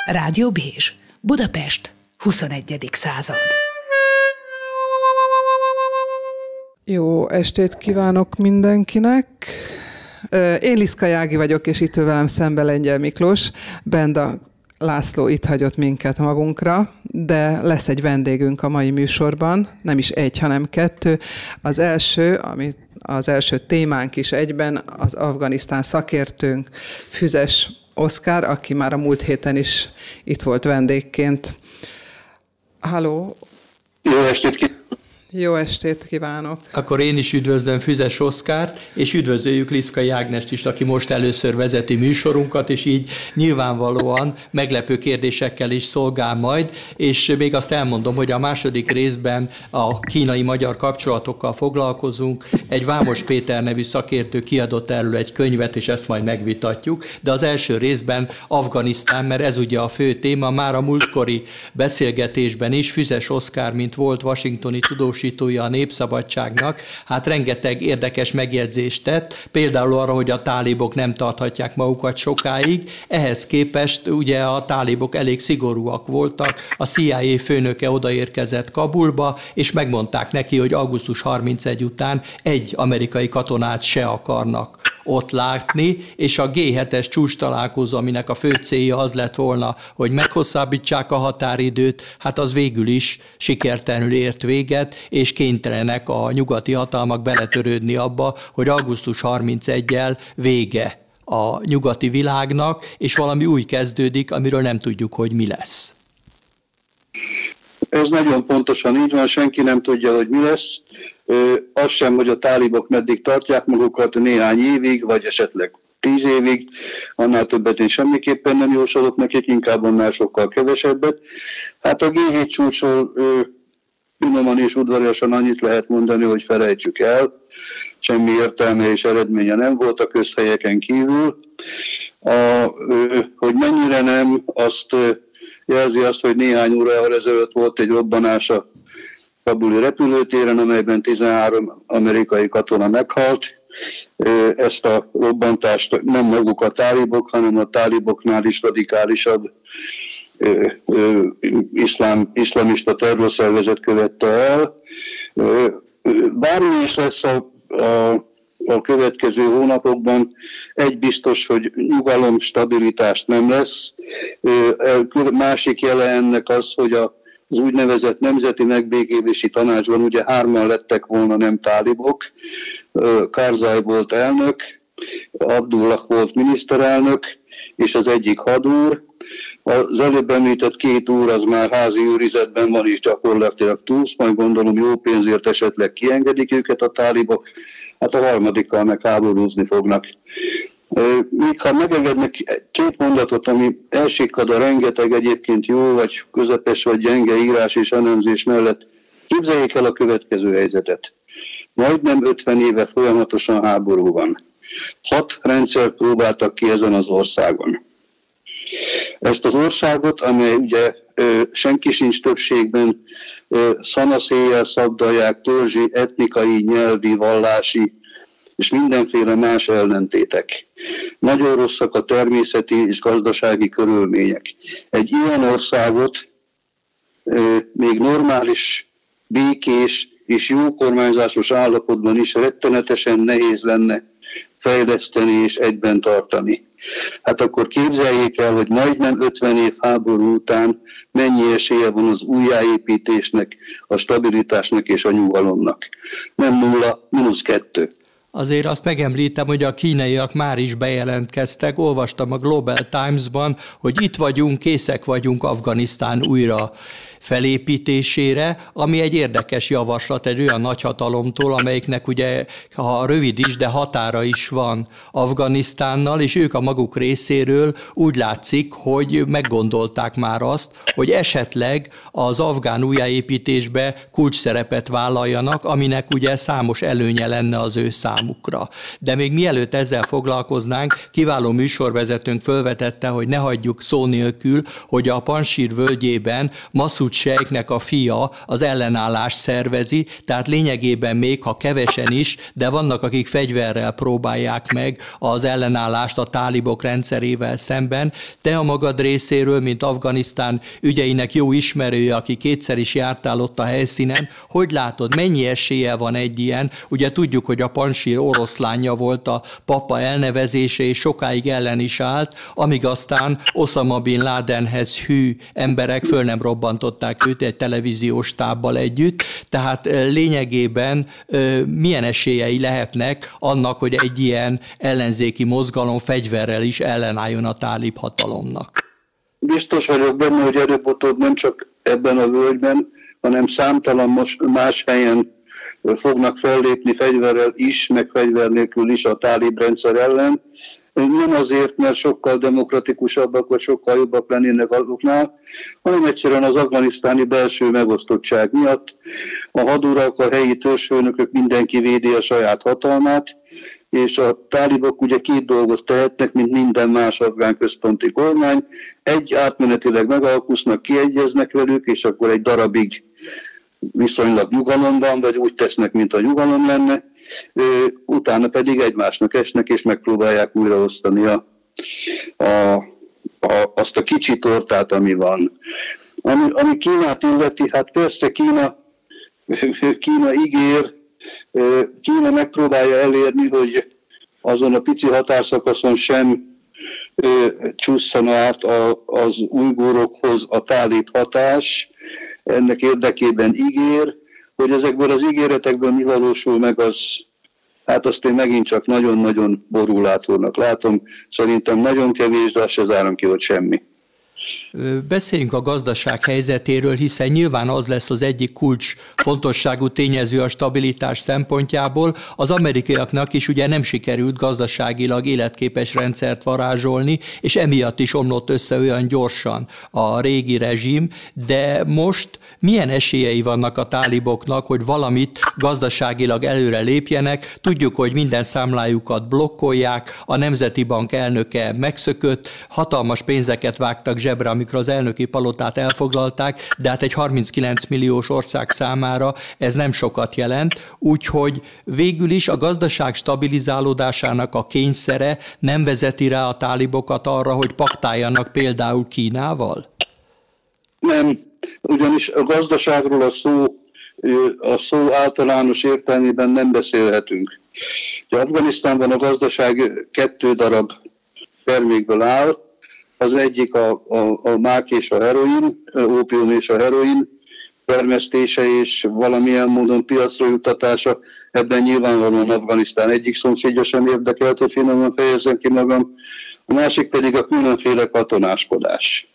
Rádió Bézs, Budapest, 21. század. Jó estét kívánok mindenkinek! Én Liszka Jági vagyok, és itt velem szembe Lengyel Miklós. Benda László itt hagyott minket magunkra, de lesz egy vendégünk a mai műsorban, nem is egy, hanem kettő. Az első témánk is egyben az Afganisztán szakértőnk, Füzes Oszkár, aki már a múlt héten is itt volt vendégként. Halló! Jó estét kívánok! Jó estét kívánok! Akkor én is üdvözlöm Füzes Oszkárt, és üdvözöljük Liszkai Ágnest is, aki most először vezeti műsorunkat, és így nyilvánvalóan meglepő kérdésekkel is szolgál majd, és még azt elmondom, hogy a második részben a kínai-magyar kapcsolatokkal foglalkozunk. Egy Vámos Péter nevű szakértő kiadott erről egy könyvet, és ezt majd megvitatjuk, de az első részben Afganisztán, mert ez ugye a fő téma, már a múltkori beszélgetésben is Füzes Oszkár, mint volt washingtoni tudós a Népszabadságnak, hát rengeteg érdekes megjegyzést tett, például arra, hogy a tálibok nem tarthatják magukat sokáig, ehhez képest ugye a tálibok elég szigorúak voltak, a CIA főnöke odaérkezett Kabulba, és megmondták neki, hogy augusztus 31 után egy amerikai katonát se akarnak ott látni, és a G7-es csúcs találkozó, aminek a fő célja az lett volna, hogy meghosszabbítsák a határidőt, hát az végül is sikertelenül ért véget, és kénytelenek a nyugati hatalmak beletörődni abba, hogy augusztus 31-jel vége a nyugati világnak, és valami új kezdődik, amiről nem tudjuk, hogy mi lesz. Ez nagyon pontosan így van, senki nem tudja, hogy mi lesz. Az sem, hogy a tálibok meddig tartják magukat, néhány évig, vagy esetleg 10 évig, annál többet én semmiképpen nem jósolok nekik, inkább annál sokkal kevesebbet. Hát a G7 csúcsról finoman és udvariasan annyit lehet mondani, hogy felejtsük el, semmi értelme és eredménye nem volt a közhelyeken kívül. Hogy mennyire nem, azt jelzi azt, hogy néhány órával ezelőtt volt egy robbanás a kabuli repülőtéren, amelyben 13 amerikai katona meghalt. Ezt a robbantást nem maguk a tálibok, hanem a táliboknál is radikálisabb iszlamista terrorszervezet követte el. Bármi is lesz a következő hónapokban, egy biztos, hogy nyugalom, stabilitást nem lesz. Másik jele ennek az, hogy az úgynevezett Nemzeti Megbékélési Tanácsban ugye 3-an lettek volna nem tálibok. Karzai volt elnök, Abdullah volt miniszterelnök, és az egyik hadúr. Az előbb említett 2 úr az már házi őrizetben van, és gyakorlatilag túlsz, majd gondolom jó pénzért esetleg kiengedik őket a tálibok, hát a harmadikkal meg háborúzni fognak. Még ha megengednek 2 mondatot, ami elsikkad a rengeteg egyébként jó, vagy közepes, vagy gyenge írás és elemzés mellett, képzeljék el a következő helyzetet. Majdnem 50 éve folyamatosan háború van. 6 rendszert próbáltak ki ezen az országon. Ezt az országot, amely ugye senki sincs többségben, szanaszéjjel szabdalják törzsi, etnikai, nyelvi, vallási és mindenféle más ellentétek. Nagyon rosszak a természeti és gazdasági körülmények. Egy ilyen országot még normális, békés és jó kormányzásos állapotban is rettenetesen nehéz lenne fejleszteni és egyben tartani. Hát akkor képzeljék el, hogy majdnem 50 év háború után mennyi esélye van az újjáépítésnek, a stabilitásnak és a nyugalomnak. Nem 0, -2. Azért azt megemlítem, hogy a kínaiak már is bejelentkeztek, olvastam a Global Times-ban, hogy itt vagyunk, készek vagyunk Afganisztán újra felépítésére, ami egy érdekes javaslat egy olyan nagyhatalomtól, amelyiknek ugye, ha rövid is, de határa is van Afganisztánnal, és ők a maguk részéről úgy látszik, hogy meggondolták már azt, hogy esetleg az afgán újjáépítésbe kulcsszerepet vállaljanak, aminek ugye számos előnye lenne az ő számukra. De még mielőtt ezzel foglalkoznánk, kiváló műsorvezetőnk fölvetette, hogy ne hagyjuk szó nélkül, hogy a Pansír völgyében Maszúd Masud sejknek a fia az ellenállást szervezi, tehát lényegében még, ha kevesen is, de vannak, akik fegyverrel próbálják meg az ellenállást a tálibok rendszerével szemben. Te a magad részéről, mint Afganisztán ügyeinek jó ismerője, aki kétszer is jártál ott a helyszínen, hogy látod, mennyi esélye van egy ilyen? Ugye tudjuk, hogy a Panjshir oroszlánja volt a papa elnevezése, és sokáig ellen is állt, amíg aztán Osama Bin Ladenhez hű emberek föl nem robbantották őt egy televíziós stábbal együtt, tehát lényegében milyen esélyei lehetnek annak, hogy egy ilyen ellenzéki mozgalom fegyverrel is ellenálljon a tálib hatalomnak? Biztos vagyok benne, hogy előbb-utóbb nem csak ebben a völgyben, hanem számtalan más helyen fognak fellépni fegyverrel is, meg fegyver nélkül is a tálib rendszer ellen. Nem azért, mert sokkal demokratikusabbak, vagy sokkal jobbak lennének azoknál, hanem egyszerűen az afganisztáni belső megosztottság miatt. A hadurak, a helyi törzsfőnökök, mindenki védi a saját hatalmát, és a tálibok ugye két dolgot tehetnek, mint minden más afgán központi kormány. Egy, átmenetileg megalkusznak, kiegyeznek velük, és akkor egy darabig viszonylag nyugalomban, vagy úgy tesznek, mint a nyugalom lenne, utána pedig egymásnak esnek, és megpróbálják újraosztani azt a kicsi tortát, ami van. Ami Kínát illeti, hát persze Kína ígér, Kína megpróbálja elérni, hogy azon a pici határszakaszon sem csusszan át az ujgurokhoz a tálib hatás, ennek érdekében ígér, hogy ezekből az ígéretekből mi valósul meg, azt én megint csak nagyon-nagyon borulátónak látom. Szerintem nagyon kevés, de azt se zárom ki, hogy semmi. Beszéljünk a gazdaság helyzetéről, hiszen nyilván az lesz az egyik kulcs fontosságú tényező a stabilitás szempontjából. Az amerikaiaknak is ugye nem sikerült gazdaságilag életképes rendszert varázsolni, és emiatt is omlott össze olyan gyorsan a régi rezsim, de most milyen esélyei vannak a táliboknak, hogy valamit gazdaságilag előre lépjenek? Tudjuk, hogy minden számlájukat blokkolják, a Nemzeti Bank elnöke megszökött, hatalmas pénzeket vágtak zsebre, amikor az elnöki palotát elfoglalták, de hát egy 39 milliós ország számára ez nem sokat jelent, úgyhogy végül is a gazdaság stabilizálódásának a kényszere nem vezeti rá a tálibokat arra, hogy paktáljanak például Kínával? Nem, ugyanis a gazdaságról a szó általános értelmében nem beszélhetünk. Afganisztánban a gazdaság 2 darab termékből áll, az egyik a mák és a heroin, ópium és a heroin termesztése és valamilyen módon piacra juttatása. Ebben nyilvánvalóan Afganisztán egyik szomszédja sem érdekelt, hogy finoman fejezzem ki magam. A másik pedig a különféle katonáskodás.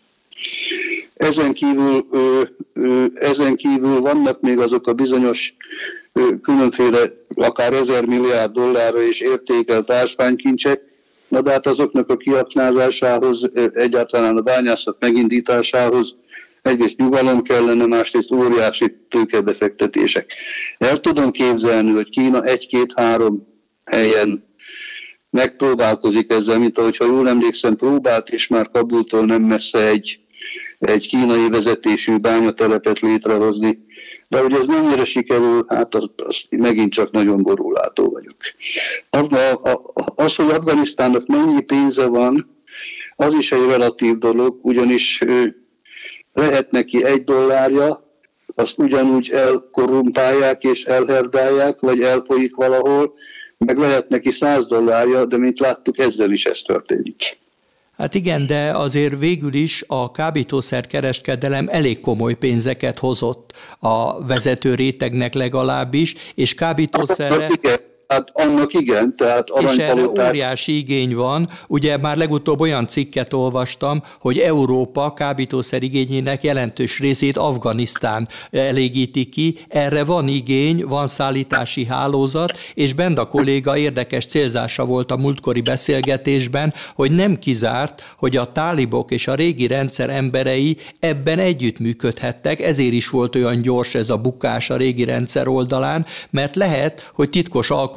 Ezen kívül vannak még azok a bizonyos különféle, akár 1000 milliárd dollárra is értékelt ásványkincsek, na de hát azoknak a kiaknázásához, egyáltalán a bányászat megindításához egyrészt nyugalom kellene, másrészt óriási tőkebefektetések. El tudom képzelni, hogy Kína 1-2-3 helyen megpróbálkozik ezzel, mint ahogy, ha jól emlékszem, próbált is már Kabultól nem messze egy kínai vezetésű bányatelepet létrehozni. De hogy ez mennyire sikerül, hát az megint csak nagyon borulátó vagyok. Az, hogy Afganisztánnak mennyi pénze van, az is egy relatív dolog, ugyanis lehet neki $1, azt ugyanúgy elkorrumpálják és elherdálják, vagy elfolyik valahol, meg lehet neki $100, de mint láttuk, ezzel is ez történik. Hát igen, de azért végül is a kábítószerkereskedelem elég komoly pénzeket hozott a vezető rétegnek legalábbis, és kábítószerre... Hát annak igen, tehát aranypalotát... És erre óriási igény van. Ugye már legutóbb olyan cikket olvastam, hogy Európa kábítószer igényének jelentős részét Afganisztán elégíti ki. Erre van igény, van szállítási hálózat, és Benda kolléga érdekes célzása volt a múltkori beszélgetésben, hogy nem kizárt, hogy a tálibok és a régi rendszer emberei ebben együttműködhettek, ezért is volt olyan gyors ez a bukás a régi rendszer oldalán, mert lehet, hogy titkos alkotmányok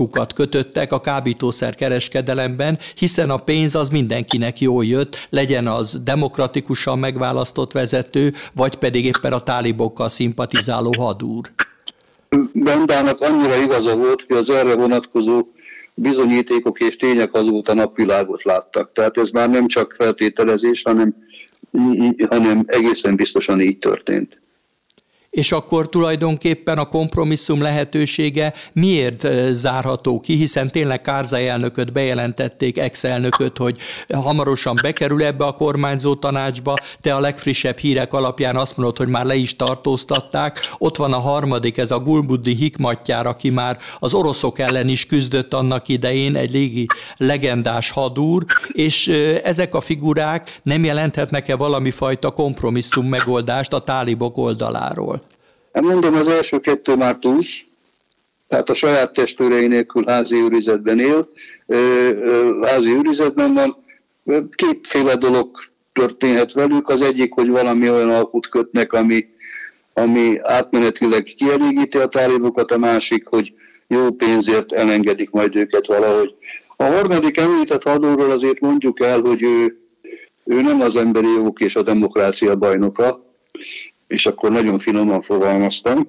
szakukat kötöttek a kábítószer kereskedelemben, hiszen a pénz az mindenkinek jól jött, legyen az demokratikusan megválasztott vezető, vagy pedig éppen a tálibokkal szimpatizáló hadúr. Bendának annyira igaza volt, hogy az erre vonatkozó bizonyítékok és tények azóta napvilágot láttak. Tehát ez már nem csak feltételezés, hanem egészen biztosan így történt. És akkor tulajdonképpen a kompromisszum lehetősége miért zárható ki, hiszen tényleg Karzai elnököt bejelentették, ex-elnököt, hogy hamarosan bekerül ebbe a kormányzó tanácsba, te a legfrissebb hírek alapján azt mondod, hogy már le is tartóztatták. Ott van a harmadik, ez a Gulbuddin Hikmatyár, aki már az oroszok ellen is küzdött annak idején, egy légi legendás hadúr, és ezek a figurák nem jelenthetnek-e valami fajta kompromisszum megoldást a tálibok oldaláról? Mondom, az első kettő már túsz, tehát a saját testőrei nélkül házi őrizetben él, házi őrizetben van. Kétféle dolog történhet velük, az egyik, hogy valami olyan alkut kötnek, ami átmenetileg kielégíti a tálibokat, a másik, hogy jó pénzért elengedik majd őket valahogy. A harmadik említett hadúrról azért mondjuk el, hogy ő nem az emberi jogok és a demokrácia bajnoka, és akkor nagyon finoman fogalmaztam.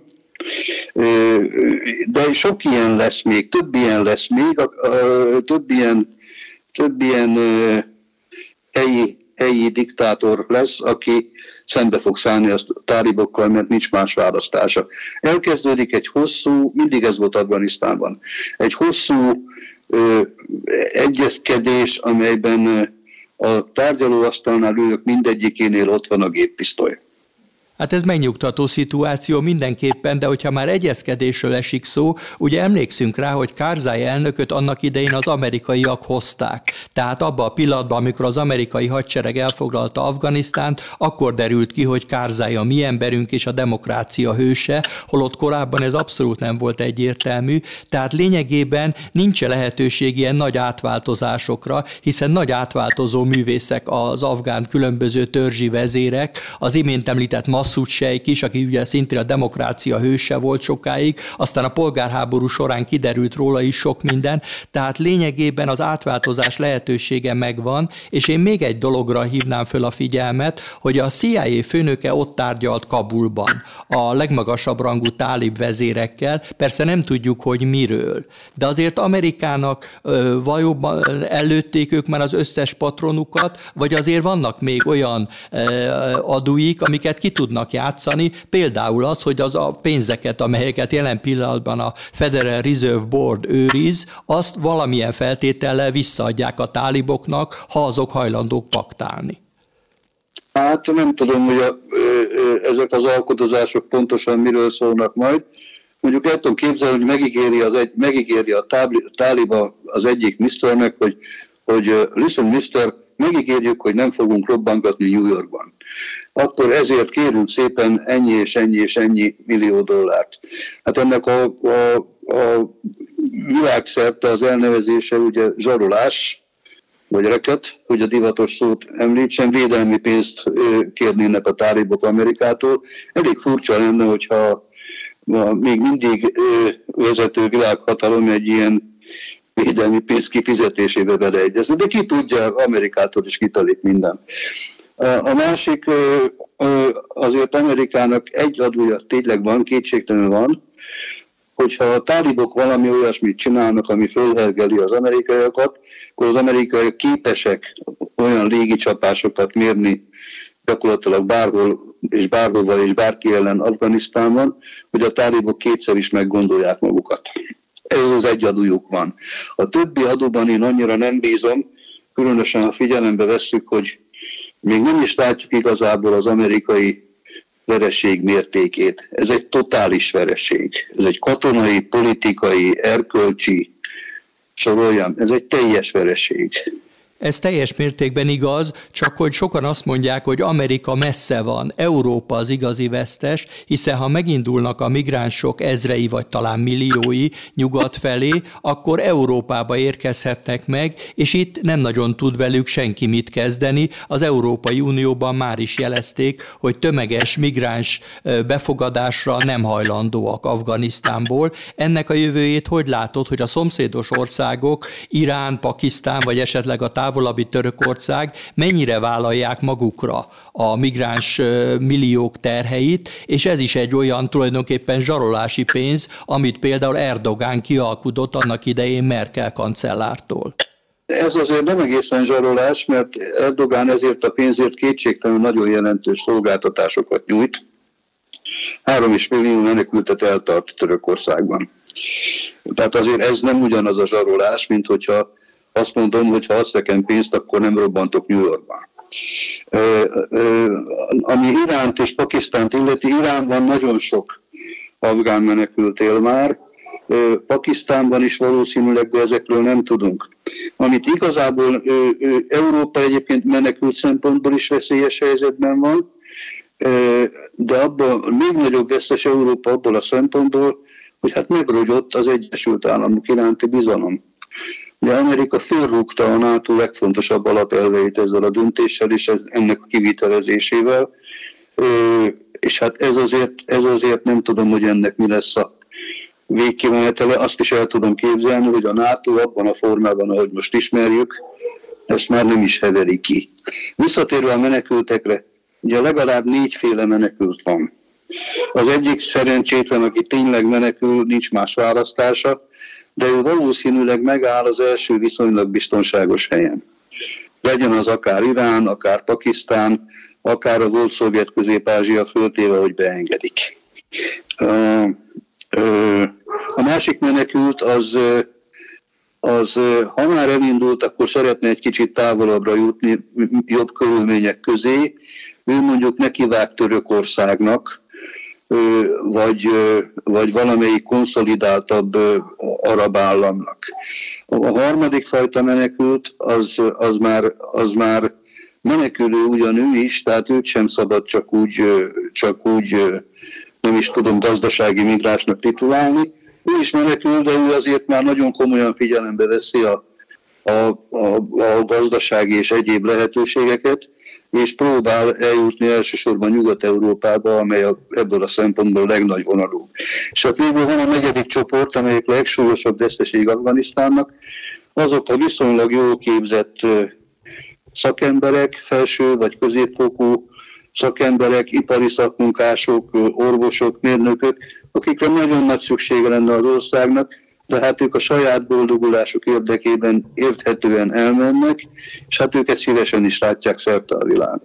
De sok ilyen lesz még, több ilyen lesz még, több ilyen helyi diktátor lesz, aki szembe fog szállni a tálibokkal, mert nincs más választása. Elkezdődik egy hosszú, mindig ez volt Afganisztánban, egy hosszú egyezkedés, amelyben a tárgyalóasztalnál ülők mindegyikénél ott van a géppisztoly. Hát ez megnyugtató szituáció mindenképpen, de hogyha már egyezkedésről esik szó, ugye emlékszünk rá, hogy Karzai elnököt annak idején az amerikaiak hozták. Tehát abban a pillanatban, amikor az amerikai hadsereg elfoglalta Afganisztánt, akkor derült ki, hogy Karzai a mi emberünk és a demokrácia hőse, holott korábban ez abszolút nem volt egyértelmű, tehát lényegében nincs lehetőség ilyen nagy átváltozásokra, hiszen nagy átváltozó művészek az afgán különböző törzsi vezérek, az imént említett Masoud Sheikh is, aki ugye szintén a demokrácia hőse volt sokáig, aztán a polgárháború során kiderült róla is sok minden, tehát lényegében az átváltozás lehetősége megvan, és én még egy dologra hívnám föl a figyelmet, hogy a CIA főnöke ott tárgyalt Kabulban a legmagasabb rangú tálib vezérekkel, persze nem tudjuk, hogy miről, de azért Amerikának valóban előtték ők már az összes patronukat, vagy azért vannak még olyan adóik, amiket ki tudnak játszani, például az, hogy az a pénzeket, amelyeket jelen pillanatban a Federal Reserve Board őriz, azt valamilyen feltétellel visszaadják a táliboknak, ha azok hajlandók paktálni. Hát nem tudom, hogy ezek az alkudozások pontosan miről szólnak majd. Mondjuk el tudom képzelni, hogy megígéri a táliba az egyik misternek, hogy listen mister, megígérjük, hogy nem fogunk robbangatni New Yorkban. Akkor ezért kérünk szépen ennyi és ennyi és ennyi millió dollárt. Hát ennek a világszerte az elnevezése ugye zsarolás, vagy reket, hogy a divatos szót említsen, védelmi pénzt kérnének a tálibok Amerikától. Elég furcsa lenne, hogyha még mindig vezető világhatalom egy ilyen védelmi pénz kifizetésébe beleegyezni, de ki tudja, Amerikától is kitalik minden. A másik, azért Amerikának egy adója tényleg van, kétségtelenül van, hogyha a tálibok valami olyasmit csinálnak, ami fölhergeli az amerikaiakat, akkor az amerikaiak képesek olyan légicsapásokat mérni gyakorlatilag bárhol és bárhova és bárki ellen Afganisztánban, hogy a tálibok kétszer is meggondolják magukat. Ez az egy adójuk van. A többi adóban én annyira nem bízom, különösen ha figyelembe vesszük, hogy még nem is látjuk igazából az amerikai vereség mértékét. Ez egy totális vereség. Ez egy katonai, politikai, erkölcsi, soroljam, ez egy teljes vereség. Ez teljes mértékben igaz, csak hogy sokan azt mondják, hogy Amerika messze van, Európa az igazi vesztes, hiszen ha megindulnak a migránsok ezrei vagy talán milliói nyugat felé, akkor Európába érkezhetnek meg, és itt nem nagyon tud velük senki mit kezdeni. Az Európai Unióban már is jelezték, hogy tömeges migráns befogadásra nem hajlandóak Afganisztánból. Ennek a jövőjét hogy látod, hogy a szomszédos országok, Irán, Pakisztán vagy esetleg a távolabbi Törökország mennyire vállalják magukra a migráns milliók terheit, és ez is egy olyan tulajdonképpen zsarolási pénz, amit például Erdogán kialkudott annak idején Merkel kancellártól. Ez azért nem egészen zsarolás, mert Erdogán ezért a pénzért kétségtelenül nagyon jelentős szolgáltatásokat nyújt. 3,5 millió menekültet eltart Törökországban. Tehát azért ez nem ugyanaz a zsarolás, mint hogyha azt mondom, hogy ha azt nekem pénzt, akkor nem robbantok New Yorkban. Ami Iránt és Pakisztánt illeti, Iránban nagyon sok afgán menekült él már, Pakisztánban is valószínűleg, de ezekről nem tudunk. Amit igazából Európa egyébként menekült szempontból is veszélyes helyzetben van, de abban még nagyobb vesztes Európa abból a szempontból, hogy hát megrogyott az Egyesült Államok iránti bizalom. De Amerika fölrúgta a NATO legfontosabb alapelveit ezzel a döntéssel és ennek a kivitelezésével, és hát ez azért nem tudom, hogy ennek mi lesz a végkimenetele. Azt is el tudom képzelni, hogy a NATO abban a formában, ahogy most ismerjük, ezt már nem is heveri ki. Visszatérve a menekültekre, ugye legalább 4 féle menekült van. Az egyik szerencsétlen, aki tényleg menekül, nincs más választása, de ő valószínűleg megáll az első viszonylag biztonságos helyen. Legyen az akár Irán, akár Pakisztán, akár a volt szovjet Közép-Ázsia, föltéve, hogy beengedik. A másik menekült az ha már elindult, akkor szeretne egy kicsit távolabbra jutni, jobb körülmények közé. Ő mondjuk nekivág Törökországnak, vagy valamelyik konszolidáltabb arab államnak. A harmadik fajta menekült az már menekülő ugyan ő is, tehát őt sem szabad csak úgy nem is tudom gazdasági migránsnak titulálni. Ő is menekül, de ő azért már nagyon komolyan figyelembe veszi a gazdasági és egyéb lehetőségeket, és próbál eljutni elsősorban Nyugat-Európába, amely ebből a szempontból legnagyvonalúbb. És hát végül van a negyedik csoport, amelyik legsúlyosabb veszteség Afganisztánnak, azok a viszonylag jól képzett szakemberek, felső vagy középfokú szakemberek, ipari szakmunkások, orvosok, mérnökök, akikre nagyon nagy szüksége lenne az országnak, de hát ők a saját boldogulásuk érdekében érthetően elmennek, és hát őket szívesen is látják szerte a világon.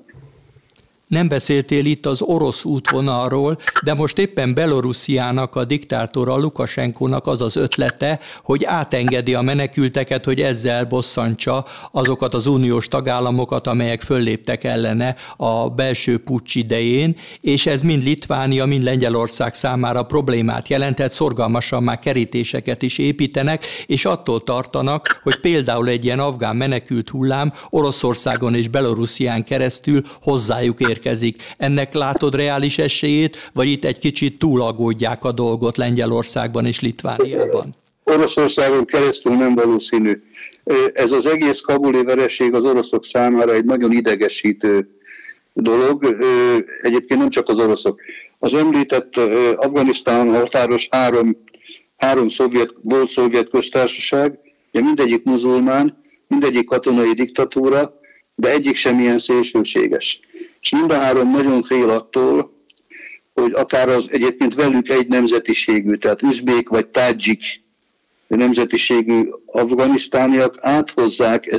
Nem beszéltél itt az orosz útvonalról, de most éppen Belorussziának a diktátora Lukasenkónak az az ötlete, hogy átengedi a menekülteket, hogy ezzel bosszantsa azokat az uniós tagállamokat, amelyek fölléptek ellene a belső puccs idején, és ez mind Litvánia, mind Lengyelország számára problémát jelentett, szorgalmasan már kerítéseket is építenek, és attól tartanak, hogy például egy ilyen afgán menekült hullám Oroszországon és Belorusszián keresztül hozzájuk érkezik. Ennek látod reális esélyét, vagy itt egy kicsit túlaggódják a dolgot Lengyelországban és Litvániában? Oroszországon keresztül nem valószínű. Ez az egész kabuli vereség az oroszok számára egy nagyon idegesítő dolog. Egyébként nem csak az oroszok. Az említett Afganisztán határos három volt szovjet köztársaság, ugye mindegyik muzulmán, mindegyik katonai diktatúra, de egyik sem ilyen szélsőséges. És mind a három nagyon fél attól, hogy akár az egyébként velük egy nemzetiségű, tehát üzbék vagy tádzsik nemzetiségű afganisztániak áthozzák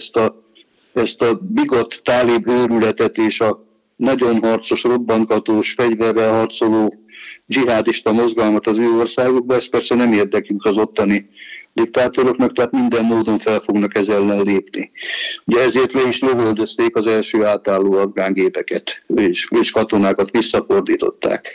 ezt a bigott tálib őrületet és a nagyon harcos, robbantgatós, fegyverrel harcoló dzsihádista mozgalmat az ő országukba. Ez persze nem érdekünk az ottani diktátoroknak, tehát minden módon fel fognak ez ellen lépni. Ugye ezért le is lövöldözték az első átálló afgán gépeket, és katonákat visszafordították.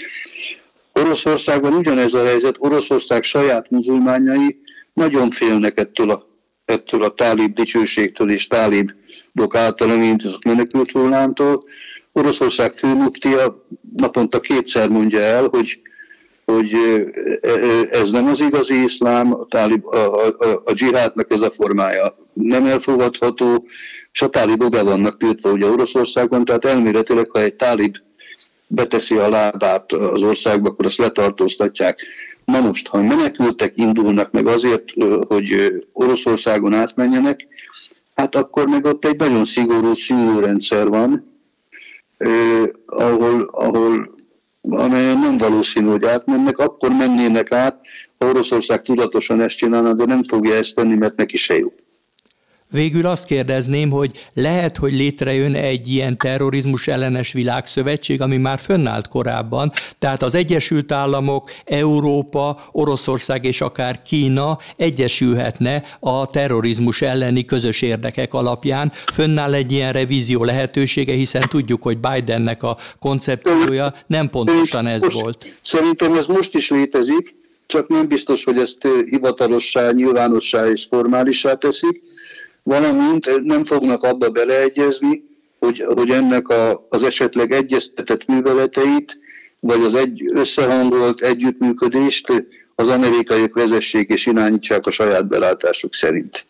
Oroszországban ugyanez a helyzet, Oroszország saját muzulmánjai nagyon félnek ettől a ettől a tálib dicsőségtől és tálibok által elindított menekült hullámtól. Oroszország főmuftia naponta 2-szer mondja el, hogy ez nem az igazi iszlám, a dzsihádnak ez a formája nem elfogadható, és a tálibok be vannak tiltva ugye Oroszországon, tehát elméletileg, ha egy tálib beteszi a lábát az országba, akkor azt letartóztatják. Na most, ha menekültek indulnak meg azért, hogy Oroszországon átmenjenek, hát akkor meg ott egy nagyon szigorú szűrőrendszer van, amelyen nem valószínű, hogy átmennek, akkor mennének át, ha Oroszország tudatosan ezt csinálna, de nem fogja ezt tenni, mert neki se jó. Végül azt kérdezném, hogy lehet, hogy létrejön egy ilyen terrorizmus ellenes világszövetség, ami már fönnállt korábban, tehát az Egyesült Államok, Európa, Oroszország és akár Kína egyesülhetne a terrorizmus elleni közös érdekek alapján. Fönnáll egy ilyen revízió lehetősége, hiszen tudjuk, hogy Bidennek a koncepciója nem pontosan ez volt. Szerintem ez most is létezik, csak nem biztos, hogy ezt hivatalossá, nyilvánossá és formálissá teszik, valamint nem fognak abba beleegyezni, hogy ennek az esetleg egyeztetett műveleteit, vagy az összehangolt együttműködést az amerikaiak vezessék és irányítsák a saját belátásuk szerint.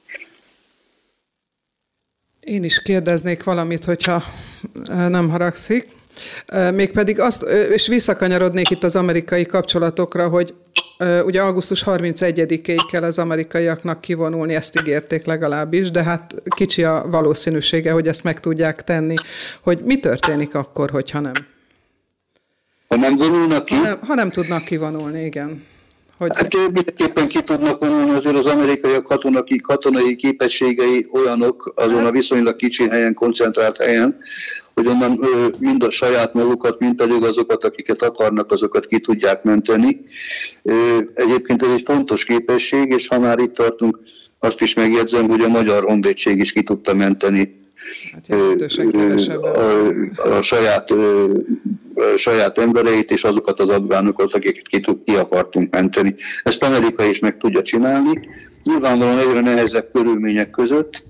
Én is kérdeznék valamit, hogyha nem haragszik. Mégpedig azt, és visszakanyarodnék itt az amerikai kapcsolatokra, hogy ugye augusztus 31-ig kell az amerikaiaknak kivonulni, ezt ígérték legalábbis, de hát kicsi a valószínűsége, hogy ezt meg tudják tenni. Hogy mi történik akkor, hogyha nem? Ha nem vonulnak ki? Ha nem tudnak kivonulni, igen. Hát mindenképpen ki tudnak vonulni, azért az amerikaiak katonai képességei olyanok, azon a viszonylag kicsi helyen, koncentrált helyen, hogy onnan mind a saját magukat, mind pedig azokat, akiket akarnak, azokat ki tudják menteni. Egyébként ez egy fontos képesség, és ha már itt tartunk, azt is megjegyzem, hogy a magyar honvédség is ki tudta menteni a saját embereit és azokat az afgánokat, akiket ki akartunk menteni. Ezt Amerika is meg tudja csinálni. Nyilvánvalóan egyre nehezebb körülmények között.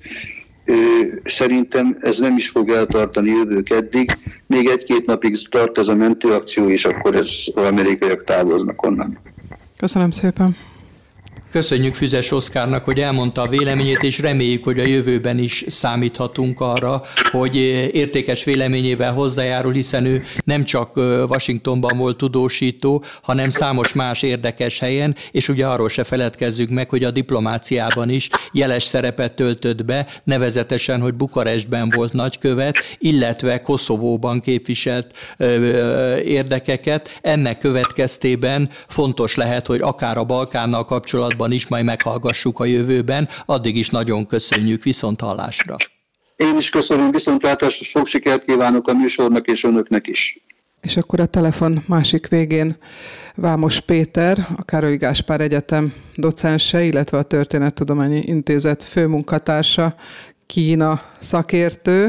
Szerintem ez nem is fog eltartani jövő keddig. Még 1-2 napig tart ez a mentőakció, és akkor az amerikaiak távoznak onnan. Köszönöm szépen. Köszönjük Füzes Oszkárnak, hogy elmondta a véleményét, és reméljük, hogy a jövőben is számíthatunk arra, hogy értékes véleményével hozzájárul, hiszen ő nem csak Washingtonban volt tudósító, hanem számos más érdekes helyen, és ugye arról se feledkezzük meg, hogy a diplomáciában is jeles szerepet töltött be, nevezetesen, hogy Bukarestben volt nagykövet, illetve Koszovóban képviselt érdekeket. Ennek következtében fontos lehet, hogy akár a Balkánnal kapcsolatban is majd meghallgassuk a jövőben. Addig is nagyon köszönjük, viszonthallásra. Én is köszönöm, viszontlátásra, sok sikert kívánok a műsornak és önöknek is. És akkor a telefon másik végén Vámos Péter, a Károly Gáspár Egyetem docense, illetve a Történettudományi Intézet főmunkatársa, Kína szakértő,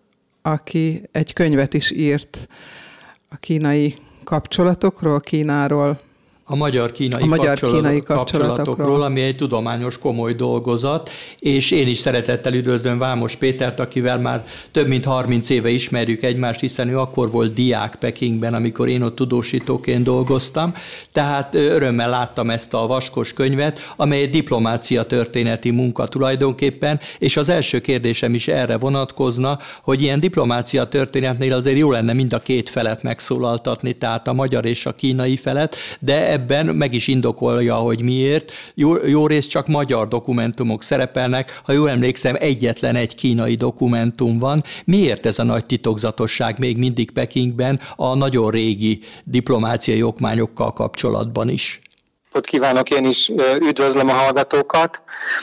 aki egy könyvet is írt a kínai kapcsolatokról, Kínáról, a magyar-kínai kapcsolatokról, ami egy tudományos komoly dolgozat, és én is szeretettel üdvözlöm Vámos Pétert, akivel már több mint 30 éve ismerjük egymást, hiszen ő akkor volt diák Pekingben, amikor én ott tudósítóként dolgoztam, tehát örömmel láttam ezt a vaskos könyvet, amely egy diplomácia történeti munka tulajdonképpen, és az első kérdésem is erre vonatkozna, hogy ilyen diplomácia történetnél azért jó lenne mind a két felet megszólaltatni, tehát a magyar és a kínai felet, de ebben meg is indokolja, hogy miért. Jó rész csak magyar dokumentumok szerepelnek, ha jól emlékszem, egyetlen egy kínai dokumentum van. Miért ez a nagy titokzatosság még mindig Pekingben a nagyon régi diplomáciai okmányokkal kapcsolatban is? Kívánok, én is üdvözlöm a hallgatókat,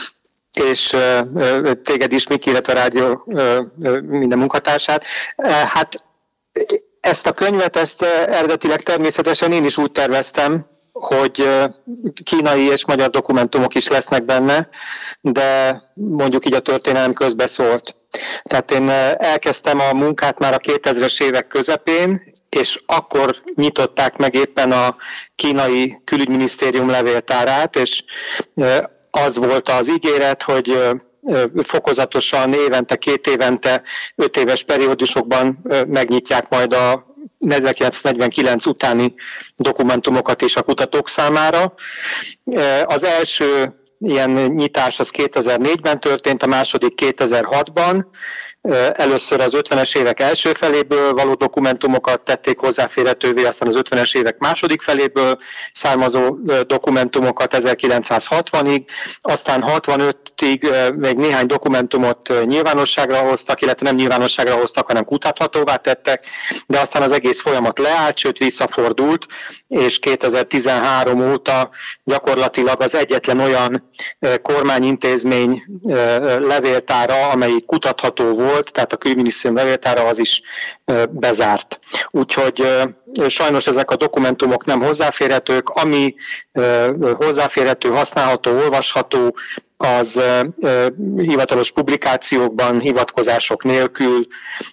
és téged is, Miki, illetve a rádió minden munkatársát. Hát ezt a könyvet, eredetileg természetesen én is úgy terveztem, hogy kínai és magyar dokumentumok is lesznek benne, de mondjuk így a történelem közbeszólt. Tehát én elkezdtem a munkát már a 2000-es évek közepén, és akkor nyitották meg éppen a kínai külügyminisztérium levéltárát, és az volt az ígéret, hogy fokozatosan évente, 2 évente, 5 éves periódusokban megnyitják majd a 1949 utáni dokumentumokat is a kutatók számára. Az első ilyen nyitás az 2004-ben történt, a második 2006-ban. Először az 50-es évek első feléből való dokumentumokat tették hozzáférhetővé, aztán az 50-es évek második feléből származó dokumentumokat 1960-ig, aztán 65-ig még néhány dokumentumot nyilvánosságra hoztak, illetve nem nyilvánosságra hoztak, hanem kutathatóvá tettek, de aztán az egész folyamat leállt, sőt visszafordult, és 2013 óta gyakorlatilag az egyetlen olyan kormányintézmény levéltára, amelyik kutatható volt, tehát a külügyminisztérium levéltára az is bezárt. Úgyhogy sajnos ezek a dokumentumok nem hozzáférhetők, ami hozzáférhető, használható, olvasható, az hivatalos publikációkban, hivatkozások nélkül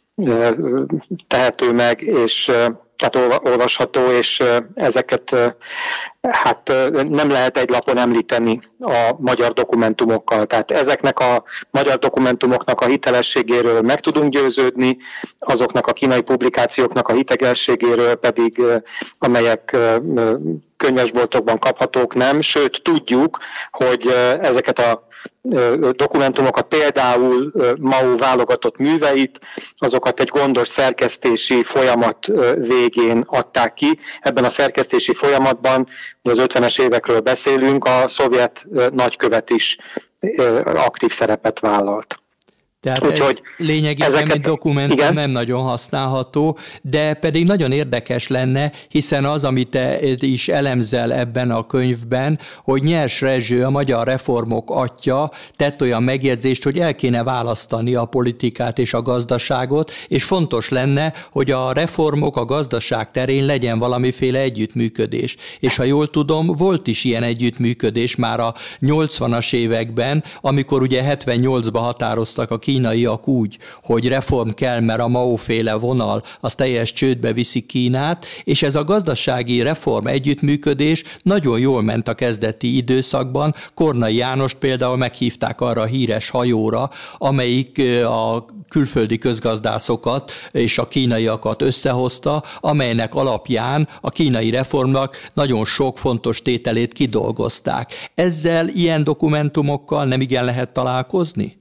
tehető meg, és tehát olvasható, és ezeket hát nem lehet egy lapon említeni a magyar dokumentumokkal. Tehát ezeknek a magyar dokumentumoknak a hitelességéről meg tudunk győződni, azoknak a kínai publikációknak a hitelességéről pedig, amelyek könyvesboltokban kaphatók, nem. Sőt, tudjuk, hogy ezeket a dokumentumokat, például Mao válogatott műveit, azokat egy gondos szerkesztési folyamat végén adták ki. Ebben a szerkesztési folyamatban, az 50-es évekről beszélünk, a szovjet nagykövet is aktív szerepet vállalt. Tehát úgyhogy ez lényegében, mint dokumentum igen? Nem nagyon használható, de pedig nagyon érdekes lenne, hiszen az, amit te is elemzel ebben a könyvben, hogy Nyers Rezső, a magyar reformok atya tett olyan megjegyzést, hogy el kéne választani a politikát és a gazdaságot, és fontos lenne, hogy a reformok a gazdaság terén legyen valamiféle együttműködés. És ha jól tudom, volt is ilyen együttműködés már a 80-as években, amikor ugye 78-ban határoztak a kínaiak úgy, hogy reform kell, mert a Mao-féle vonal az teljes csődbe viszi Kínát, és ez a gazdasági reform együttműködés nagyon jól ment a kezdeti időszakban. Kornai Jánost például meghívták arra a híres hajóra, amelyik a külföldi közgazdászokat és a kínaiakat összehozta, amelynek alapján a kínai reformnak nagyon sok fontos tételét kidolgozták. Ezzel, ilyen dokumentumokkal nem igen lehet találkozni?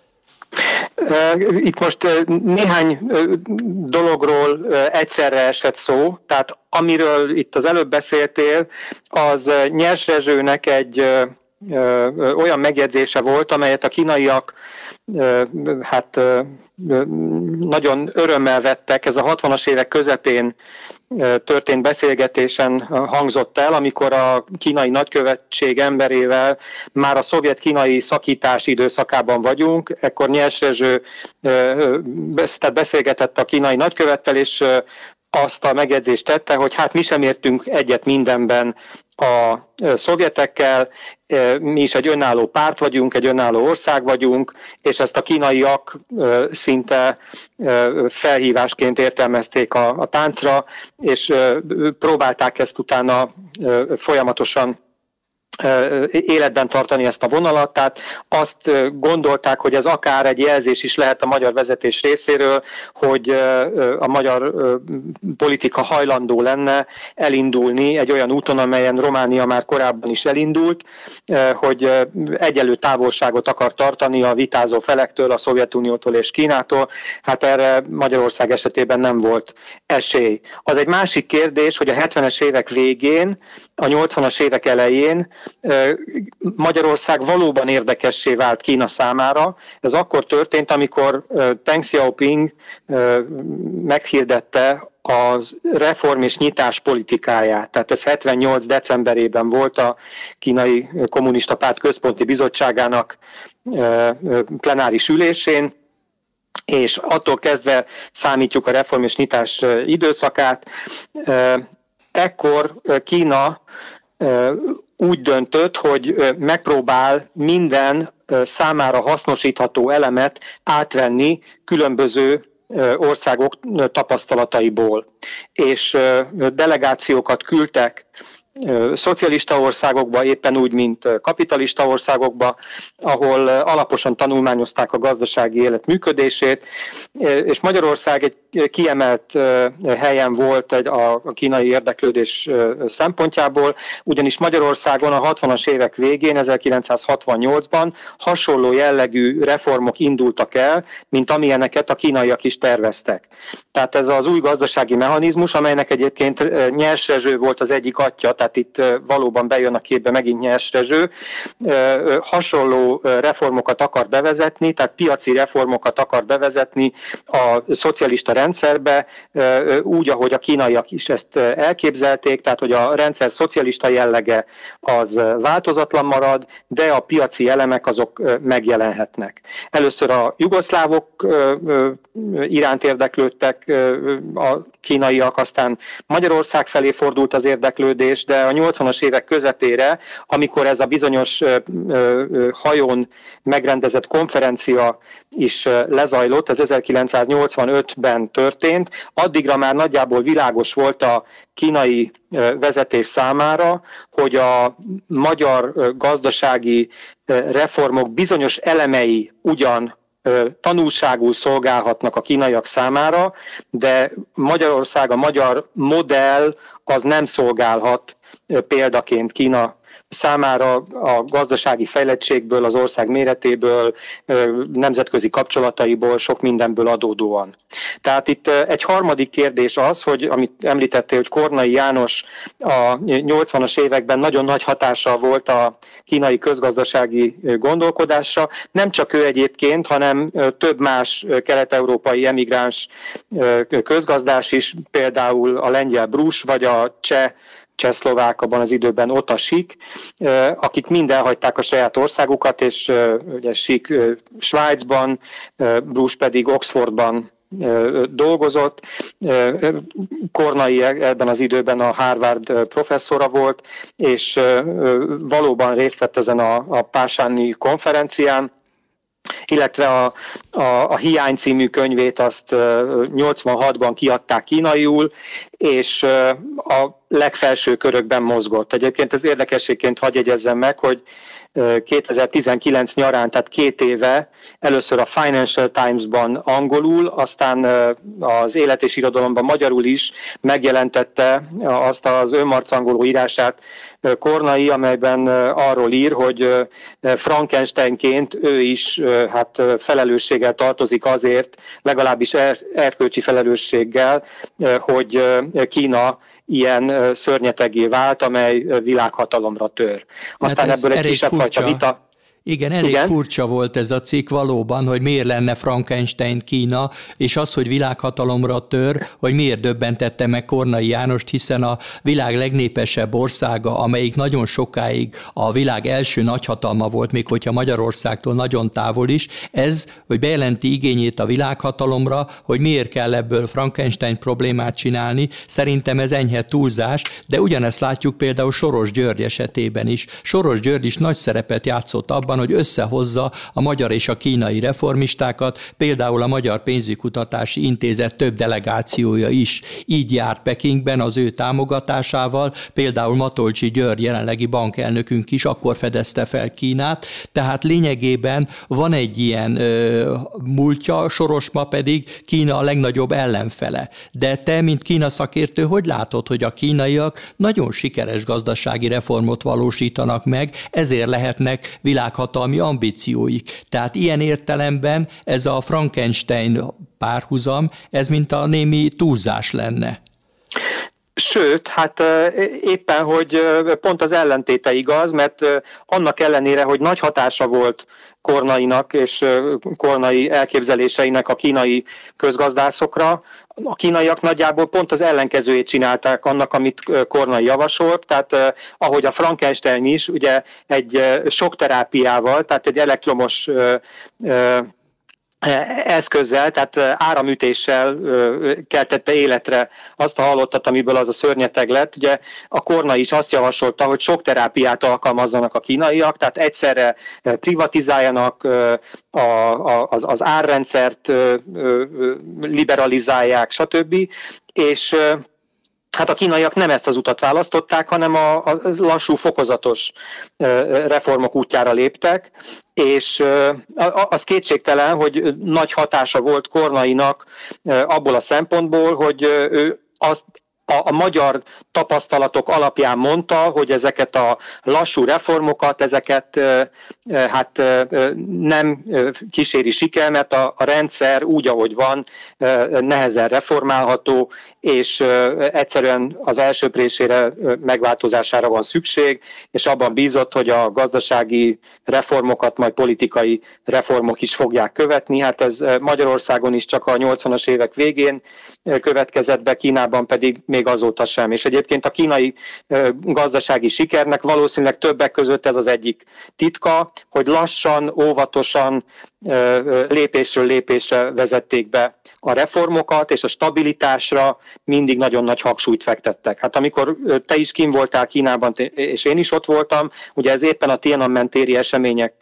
Itt most néhány dologról egyszerre esett szó, tehát amiről itt az előbb beszéltél, az Nyers Rezsőnek egy olyan megjegyzése volt, amelyet a kínaiak hát nagyon örömmel vettek. Ez a 60-as évek közepén történt beszélgetésen hangzott el, amikor a kínai nagykövetség emberével már a szovjet-kínai szakítás időszakában vagyunk. Ekkor Nyers Rezső beszélgetett a kínai nagykövettel, és azt a megjegyzést tette, hogy hát mi sem értünk egyet mindenben a szovjetekkel, mi is egy önálló párt vagyunk, egy önálló ország vagyunk, és ezt a kínaiak szinte felhívásként értelmezték a táncra, és próbálták ezt utána folyamatosan életben tartani ezt a vonalat, tehát azt gondolták, hogy ez akár egy jelzés is lehet a magyar vezetés részéről, hogy a magyar politika hajlandó lenne elindulni egy olyan úton, amelyen Románia már korábban is elindult, hogy egyenlő távolságot akar tartani a vitázó felektől, a Szovjetuniótól és Kínától. Hát erre Magyarország esetében nem volt esély. Az egy másik kérdés, hogy a 70-es évek végén, a 80-as évek elején Magyarország valóban érdekessé vált Kína számára. Ez akkor történt, amikor Deng Xiaoping meghirdette az reform és nyitás politikáját. Tehát ez 78. decemberében volt a Kínai Kommunista Párt Központi Bizottságának plenáris ülésén, és attól kezdve számítjuk a reform és nyitás időszakát. Ekkor Kína úgy döntött, hogy megpróbál minden számára hasznosítható elemet átvenni különböző országok tapasztalataiból. És delegációkat küldtek szocialista országokba, éppen úgy, mint kapitalista országokba, ahol alaposan tanulmányozták a gazdasági élet működését, és Magyarország egy kiemelt helyen volt a kínai érdeklődés szempontjából, ugyanis Magyarországon a 60-as évek végén, 1968-ban hasonló jellegű reformok indultak el, mint amilyeneket a kínaiak is terveztek. Tehát ez az új gazdasági mechanizmus, amelynek egyébként Nyers Rezső volt az egyik atya, tehát itt valóban bejön a képbe megint Nyers Rezső, hasonló reformokat akar bevezetni, tehát piaci reformokat akar bevezetni a szocialista rendszerbe, úgy, ahogy a kínaiak is ezt elképzelték, tehát hogy a rendszer szocialista jellege az változatlan marad, de a piaci elemek azok megjelenhetnek. Először a jugoszlávok iránt érdeklődtek a kínaiak, aztán Magyarország felé fordult az érdeklődés, de a 80-as évek közepére, amikor ez a bizonyos hajón megrendezett konferencia is lezajlott, ez 1985-ben történt, addigra már nagyjából világos volt a kínai vezetés számára, hogy a magyar gazdasági reformok bizonyos elemei ugyan tanulságul szolgálhatnak a kínaiak számára, de Magyarország, a magyar modell az nem szolgálhat példaként Kína számára a gazdasági fejlettségből, az ország méretéből, nemzetközi kapcsolataiból, sok mindenből adódóan. Tehát itt egy harmadik kérdés az, hogy amit említettél, hogy Kornai János a 80-as években nagyon nagy hatással volt a kínai közgazdasági gondolkodásra. Nem csak ő egyébként, hanem több más kelet-európai emigráns közgazdás is, például a lengyel Brus, vagy a csehszlovák, abban az időben Ota Sik, akik mind elhagyták a saját országukat, és ugye Sik Svájcban, Brus pedig Oxfordban dolgozott. Kornai ebben az időben a Harvard professzora volt, és valóban részt vett ezen a pásáni konferencián, illetve a Hiány című könyvét azt 86-ban kiadták kínaiul, és a legfelső körökben mozgott. Egyébként ez érdekességként hadd jegyezzem meg, hogy 2019 nyarán, tehát 2 éve először a Financial Times-ban angolul, aztán az Élet és Irodalomban magyarul is megjelentette azt az önmarcangoló írását Kornai, amelyben arról ír, hogy Frankensteinként ő is felelősséggel tartozik azért, legalábbis erkölcsi felelősséggel, hogy Kína ilyen szörnyeteggé vált, amely világhatalomra tör. Aztán hát ebből egy kisebb fajta vita. Igen, furcsa volt ez a cikk valóban, hogy miért lenne Frankenstein Kína, és az, hogy világhatalomra tör, hogy miért döbbentette meg Kornai Jánost, hiszen a világ legnépesebb országa, amelyik nagyon sokáig a világ első nagyhatalma volt, még hogyha Magyarországtól nagyon távol is, ez, hogy bejelenti igényét a világhatalomra, hogy miért kell ebből Frankenstein problémát csinálni, szerintem ez enyhe túlzás, de ugyanezt látjuk például Soros György esetében is. Soros György is nagy szerepet játszott abban, hogy összehozza a magyar és a kínai reformistákat, például a Magyar Pénzügykutatási Intézet több delegációja is így járt Pekingben az ő támogatásával, például Matolcsy György jelenlegi bankelnökünk is akkor fedezte fel Kínát, tehát lényegében van egy ilyen múltja, Soros ma pedig Kína a legnagyobb ellenfele. De te, mint Kína szakértő, hogy látod, hogy a kínaiak nagyon sikeres gazdasági reformot valósítanak meg, ezért lehetnek világhatalmi ambícióik. Tehát ilyen értelemben ez a Frankenstein párhuzam, ez mint a némi túlzás lenne. Sőt, hát éppen, hogy pont az ellentéte igaz, mert annak ellenére, hogy nagy hatása volt Kornainak és Kornai elképzeléseinek a kínai közgazdászokra, a kínaiak nagyjából pont az ellenkezőjét csinálták annak, amit Kornai javasolt, tehát ahogy a Frankenstein is, ugye egy sokterápiával, tehát egy elektromos eszközzel, tehát áramütéssel keltette életre azt a halottat, amiből az a szörnyeteg lett. Ugye a Kornai is azt javasolta, hogy sok terápiát alkalmazzanak a kínaiak, tehát egyszerre privatizáljanak, az árrendszert liberalizálják, stb. És hát a kínaiak nem ezt az utat választották, hanem a lassú, fokozatos reformok útjára léptek, és az kétségtelen, hogy nagy hatása volt Kornainak abból a szempontból, hogy ő azt a magyar tapasztalatok alapján mondta, hogy ezeket a lassú reformokat, ezeket hát nem kíséri siker, mert a rendszer úgy, ahogy van, nehezen reformálható, és egyszerűen az elsöprésére, megváltozására van szükség, és abban bízott, hogy a gazdasági reformokat majd politikai reformok is fogják követni. Hát ez Magyarországon is csak a 80-as évek végén következett be, Kínában pedig még azóta sem. És egyébként a kínai gazdasági sikernek valószínűleg többek között ez az egyik titka, hogy lassan, óvatosan, lépésről lépésre vezették be a reformokat, és a stabilitásra mindig nagyon nagy hangsúlyt fektettek. Hát amikor te is kint voltál Kínában, és én is ott voltam, ugye ez éppen a Tiananmen téri események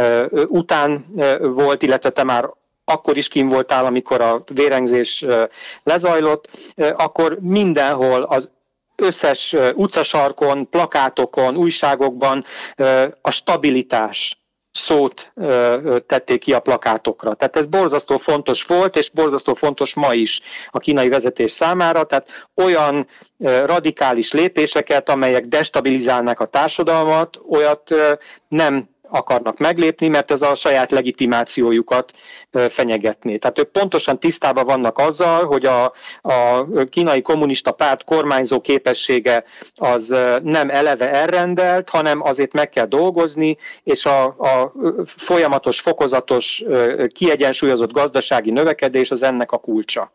után volt, illetve te már akkor is kint voltál, amikor a vérengzés lezajlott, akkor mindenhol az összes utcasarkon, plakátokon, újságokban a stabilitás szót tették ki a plakátokra. Tehát ez borzasztó fontos volt, és borzasztó fontos ma is a kínai vezetés számára, tehát olyan radikális lépéseket, amelyek destabilizálnák a társadalmat, olyat nem akarnak meglépni, mert ez a saját legitimációjukat fenyegetné. Tehát ők pontosan tisztában vannak azzal, hogy a kínai kommunista párt kormányzó képessége az nem eleve elrendelt, hanem azért meg kell dolgozni, és a folyamatos, fokozatos, kiegyensúlyozott gazdasági növekedés az ennek a kulcsa.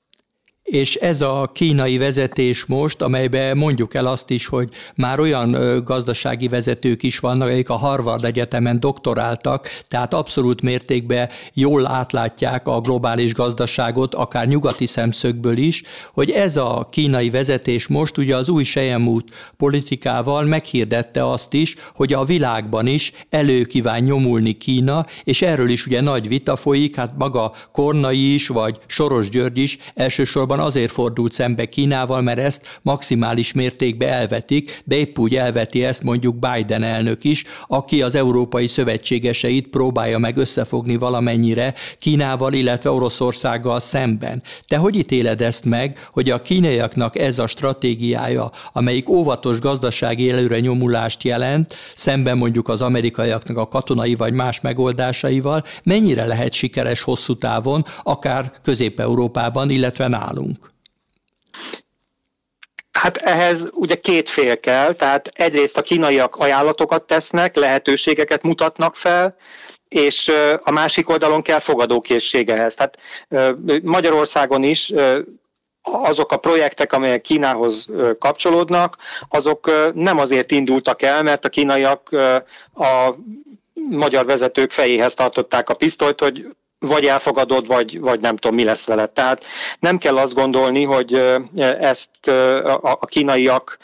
És ez a kínai vezetés most, amelyben mondjuk el azt is, hogy már olyan gazdasági vezetők is vannak, akik a Harvard Egyetemen doktoráltak, tehát abszolút mértékben jól átlátják a globális gazdaságot, akár nyugati szemszögből is, hogy ez a kínai vezetés most ugye az új selyemút politikával meghirdette azt is, hogy a világban is elő kíván nyomulni Kína, és erről is ugye nagy vita folyik, hát maga Kornai is, vagy Soros György is elsősorban azért fordult szembe Kínával, mert ezt maximális mértékben elvetik, de épp úgy elveti ezt mondjuk Biden elnök is, aki az európai szövetségeseit próbálja meg összefogni valamennyire Kínával, illetve Oroszországgal szemben. Te hogy ítéled ezt meg, hogy a kínaiaknak ez a stratégiája, amelyik óvatos gazdasági előrenyomulást jelent, szemben mondjuk az amerikaiaknak a katonai vagy más megoldásaival, mennyire lehet sikeres hosszú távon, akár Közép-Európában, illetve nálunk? Hát ehhez ugye két fél kell, tehát egyrészt a kínaiak ajánlatokat tesznek, lehetőségeket mutatnak fel, és a másik oldalon kell fogadókészség ehhez. Tehát Magyarországon is azok a projektek, amelyek Kínához kapcsolódnak, azok nem azért indultak el, mert a kínaiak a magyar vezetők fejéhez tartották a pisztolyt, hogy vagy elfogadod, vagy nem tudom, mi lesz veled. Tehát nem kell azt gondolni, hogy ezt a kínaiak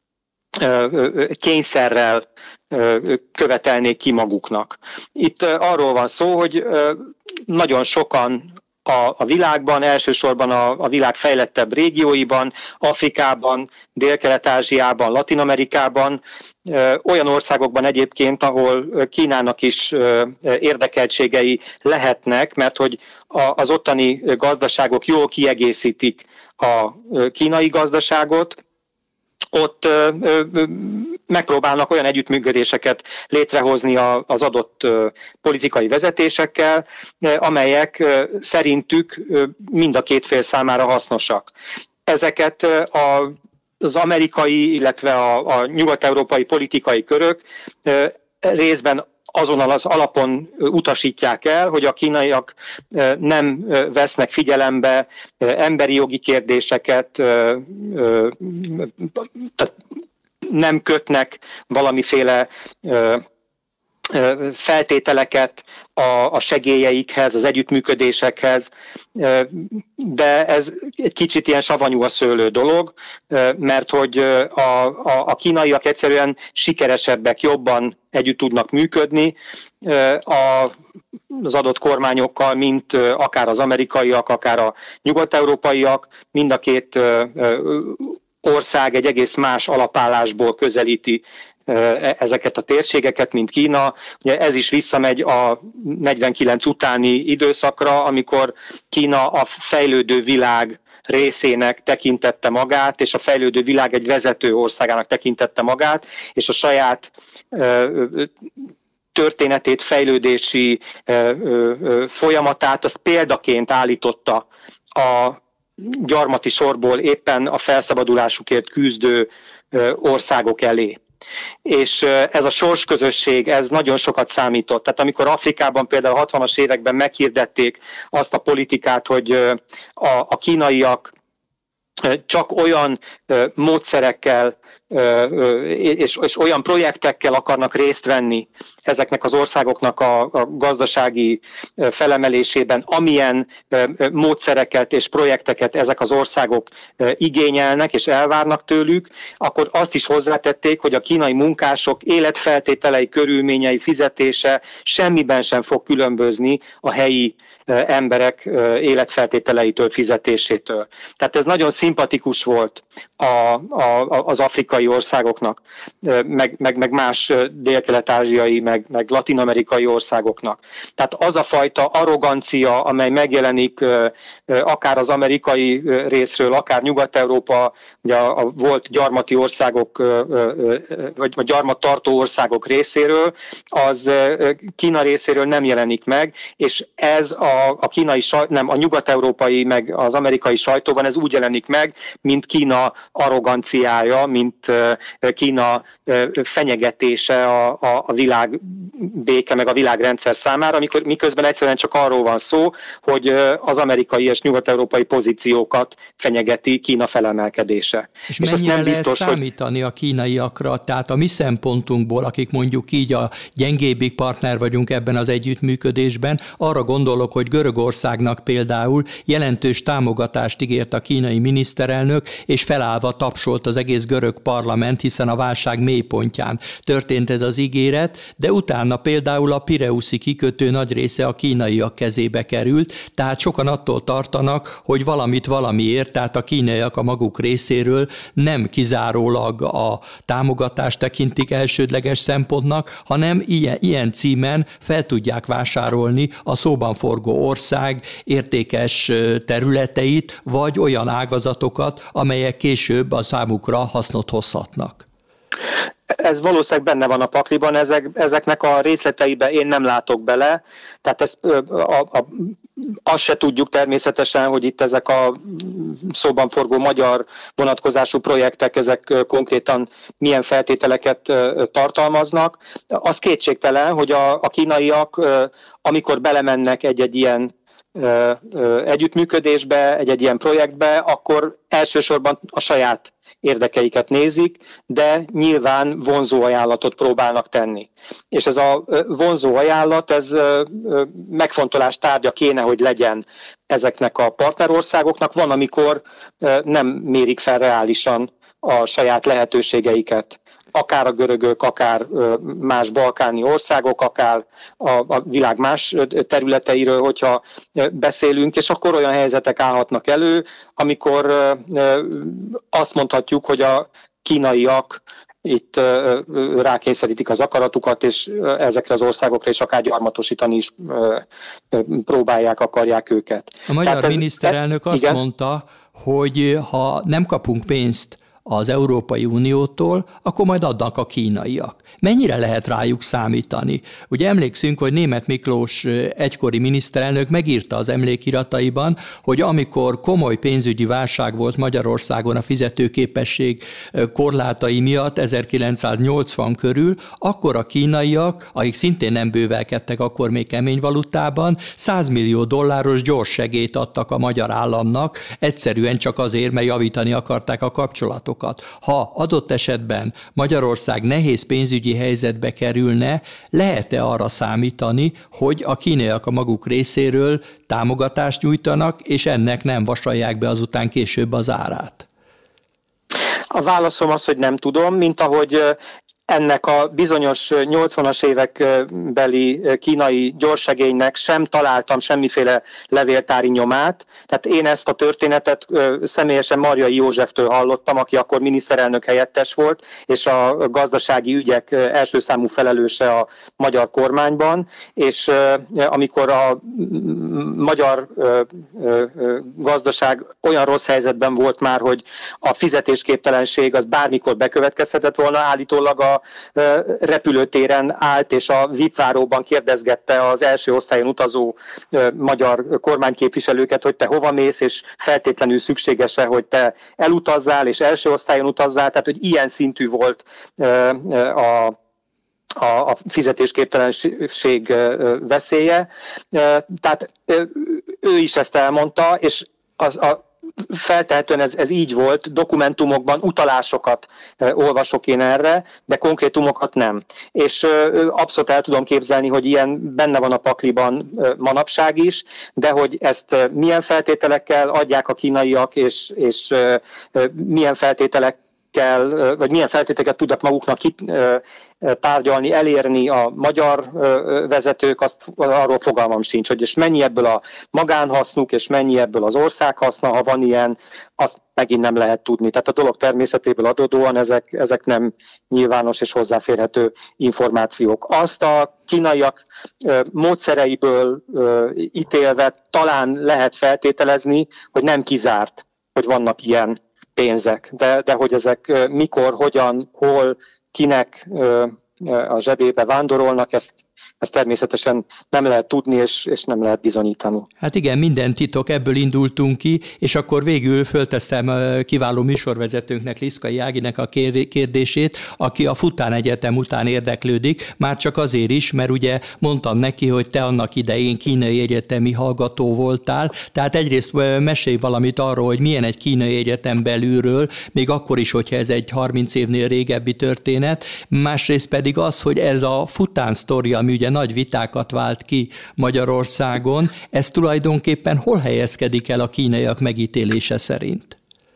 kényszerrel követelnék ki maguknak. Itt arról van szó, hogy nagyon sokan a világban, elsősorban a világ fejlettebb régióiban, Afrikában, Dél-Kelet-Ázsiában, Latin-Amerikában, olyan országokban egyébként, ahol Kínának is érdekeltségei lehetnek, mert hogy az ottani gazdaságok jól kiegészítik a kínai gazdaságot, ott megpróbálnak olyan együttműködéseket létrehozni az adott politikai vezetésekkel, amelyek szerintük mind a két fél számára hasznosak. Ezeket az amerikai, illetve a nyugat-európai politikai körök részben azon az alapon utasítják el, hogy a kínaiak nem vesznek figyelembe emberi jogi kérdéseket, nem kötnek valamiféle feltételeket a segélyeikhez, az együttműködésekhez, de ez egy kicsit ilyen savanyú a szőlő dolog, mert hogy a kínaiak egyszerűen sikeresebbek, jobban együtt tudnak működni az adott kormányokkal, mint akár az amerikaiak, akár a nyugat-európaiak, mind a két ország egy egész más alapállásból közelíti ezeket a térségeket, mint Kína. Ugye ez is visszamegy a 49 utáni időszakra, amikor Kína a fejlődő világ részének tekintette magát, és a fejlődő világ egy vezető országának tekintette magát, és a saját történetét, fejlődési folyamatát, azt példaként állította a gyarmati sorból éppen a felszabadulásukért küzdő országok elé. És ez a sorsközösség, ez nagyon sokat számított. Tehát amikor Afrikában például a 60-as években meghirdették azt a politikát, hogy a kínaiak csak olyan módszerekkel és olyan projektekkel akarnak részt venni ezeknek az országoknak a gazdasági felemelésében, amilyen módszereket és projekteket ezek az országok igényelnek és elvárnak tőlük, akkor azt is hozzátették, hogy a kínai munkások életfeltételei, körülményei, fizetése semmiben sem fog különbözni a helyi emberek életfeltételeitől, fizetésétől. Tehát ez nagyon szimpatikus volt az afrikai országoknak, meg más dél-kelet-ázsiai, meg latin-amerikai országoknak. Tehát az a fajta arrogancia, amely megjelenik akár az amerikai részről, akár Nyugat-Európa, ugye a volt gyarmati országok, vagy gyarmattartó országok részéről, az Kína részéről nem jelenik meg, és ez a nyugat-európai, meg az amerikai sajtóban ez úgy jelenik meg, mint Kína arroganciája, mint Kína fenyegetése a világ béke, meg a világrendszer számára, miközben egyszerűen csak arról van szó, hogy az amerikai és nyugat-európai pozíciókat fenyegeti Kína felemelkedése. És mennyire lehet számítani a kínaiakra, tehát a mi szempontunkból, akik mondjuk így a gyengébbik partner vagyunk ebben az együttműködésben, arra gondolok, hogy Görögországnak például jelentős támogatást ígért a kínai miniszterelnök, és felállva tapsolt az egész görög parlament, hiszen a válság mélypontján történt ez az ígéret, de utána például a Pireuszi kikötő nagy része a kínaiak kezébe került, tehát sokan attól tartanak, hogy valamit valamiért, tehát a kínaiak a maguk részéről nem kizárólag a támogatást tekintik elsődleges szempontnak, hanem ilyen címen fel tudják vásárolni a szóban forgó ország értékes területeit, vagy olyan ágazatokat, amelyek később a számukra hasznot hozhatnak. Ez valószínűleg benne van a pakliban, ezeknek a részleteibe én nem látok bele, tehát azt se tudjuk természetesen, hogy itt ezek a szóban forgó magyar vonatkozású projektek, ezek konkrétan milyen feltételeket tartalmaznak. Az kétségtelen, hogy a kínaiak, amikor belemennek egy ilyen együttműködésbe, egy ilyen projektbe, akkor elsősorban a saját érdekeiket nézik, de nyilván vonzó ajánlatot próbálnak tenni. És ez a vonzó ajánlat, ez megfontolás tárgya kéne, hogy legyen ezeknek a partnerországoknak. Van, amikor nem mérik fel reálisan a saját lehetőségeiket. Akár a görögök, akár más balkáni országok, akár a világ más területeiről, hogyha beszélünk, és akkor olyan helyzetek állhatnak elő, amikor azt mondhatjuk, hogy a kínaiak itt rákényszerítik az akaratukat, és ezekre az országokra is akár gyarmatosítani is akarják őket. A magyar miniszterelnök azt mondta, hogy ha nem kapunk pénzt az Európai Uniótól, akkor majd adnak a kínaiak. Mennyire lehet rájuk számítani? Ugye emlékszünk, hogy Németh Miklós egykori miniszterelnök megírta az emlékirataiban, hogy amikor komoly pénzügyi válság volt Magyarországon a fizetőképesség korlátai miatt 1980 körül, akkor a kínaiak, akik szintén nem bővelkedtek akkor még kemény valutában, $100 millió gyors segélyt adtak a magyar államnak, egyszerűen csak azért, mert javítani akarták a kapcsolatokat. Ha adott esetben Magyarország nehéz pénzügyi helyzetbe kerülne, lehet-e arra számítani, hogy a kínaiak a maguk részéről támogatást nyújtanak, és ennek nem vasalják be azután később az árát? A válaszom az, hogy nem tudom, mint ahogy ennek a bizonyos 80-as évekbeli kínai gyorsegénynek sem találtam semmiféle levéltári nyomát. Tehát én ezt a történetet személyesen Marjai Józseftől hallottam, aki akkor miniszterelnök helyettes volt, és a gazdasági ügyek első számú felelőse a magyar kormányban, és amikor a magyar gazdaság olyan rossz helyzetben volt már, hogy a fizetésképtelenség az bármikor bekövetkezhetett volna, állítólag a repülőtéren állt, és a VIP-váróban kérdezgette az első osztályon utazó magyar kormányképviselőket, hogy te hova mész, és feltétlenül szükséges-e, hogy te elutazzál, és első osztályon utazzál, tehát hogy ilyen szintű volt a fizetésképtelenség veszélye. Tehát ő is ezt elmondta, és feltehetően ez így volt, dokumentumokban utalásokat olvasok én erre, de konkrétumokat nem. És abszolút el tudom képzelni, hogy ilyen benne van a pakliban manapság is, de hogy ezt milyen feltételekkel adják a kínaiak, és milyen feltételekkel, vagy milyen feltételeket tudnak maguknak tárgyalni, elérni a magyar vezetők, arról fogalmam sincs, hogy és mennyi ebből a magánhasznuk, és mennyi ebből az ország haszna, ha van ilyen, azt megint nem lehet tudni. Tehát a dolog természetéből adódóan ezek nem nyilvános és hozzáférhető információk. Azt a kínaiak módszereiből ítélve talán lehet feltételezni, hogy nem kizárt, hogy vannak ilyen pénzek, de hogy ezek mikor, hogyan, hol, kinek a zsebébe vándorolnak, ezt természetesen nem lehet tudni, és nem lehet bizonyítani. Hát igen, minden titok, ebből indultunk ki, és akkor végül fölteszem kiváló műsorvezetőnknek, Liszkai Áginek a kérdését, aki a Fután Egyetem után érdeklődik, már csak azért is, mert ugye mondtam neki, hogy te annak idején kínai egyetemi hallgató voltál, tehát egyrészt mesélj valamit arról, hogy milyen egy kínai egyetem belülről, még akkor is, hogyha ez egy 30 évnél régebbi történet, másrészt pedig az, hogy ez a Fután sztori, ami ugye nagy vitákat vált ki Magyarországon, ez tulajdonképpen hol helyezkedik el a kínaiak megítélése szerint?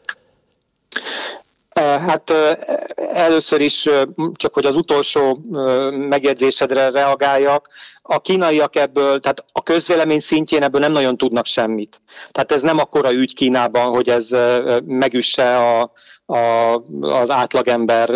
Hát először is, csak hogy az utolsó megjegyzésedre reagáljak, a kínaiak ebből, tehát a közvélemény szintjén ebből nem nagyon tudnak semmit. Tehát ez nem akkora ügy Kínában, hogy ez megüsse az átlagember,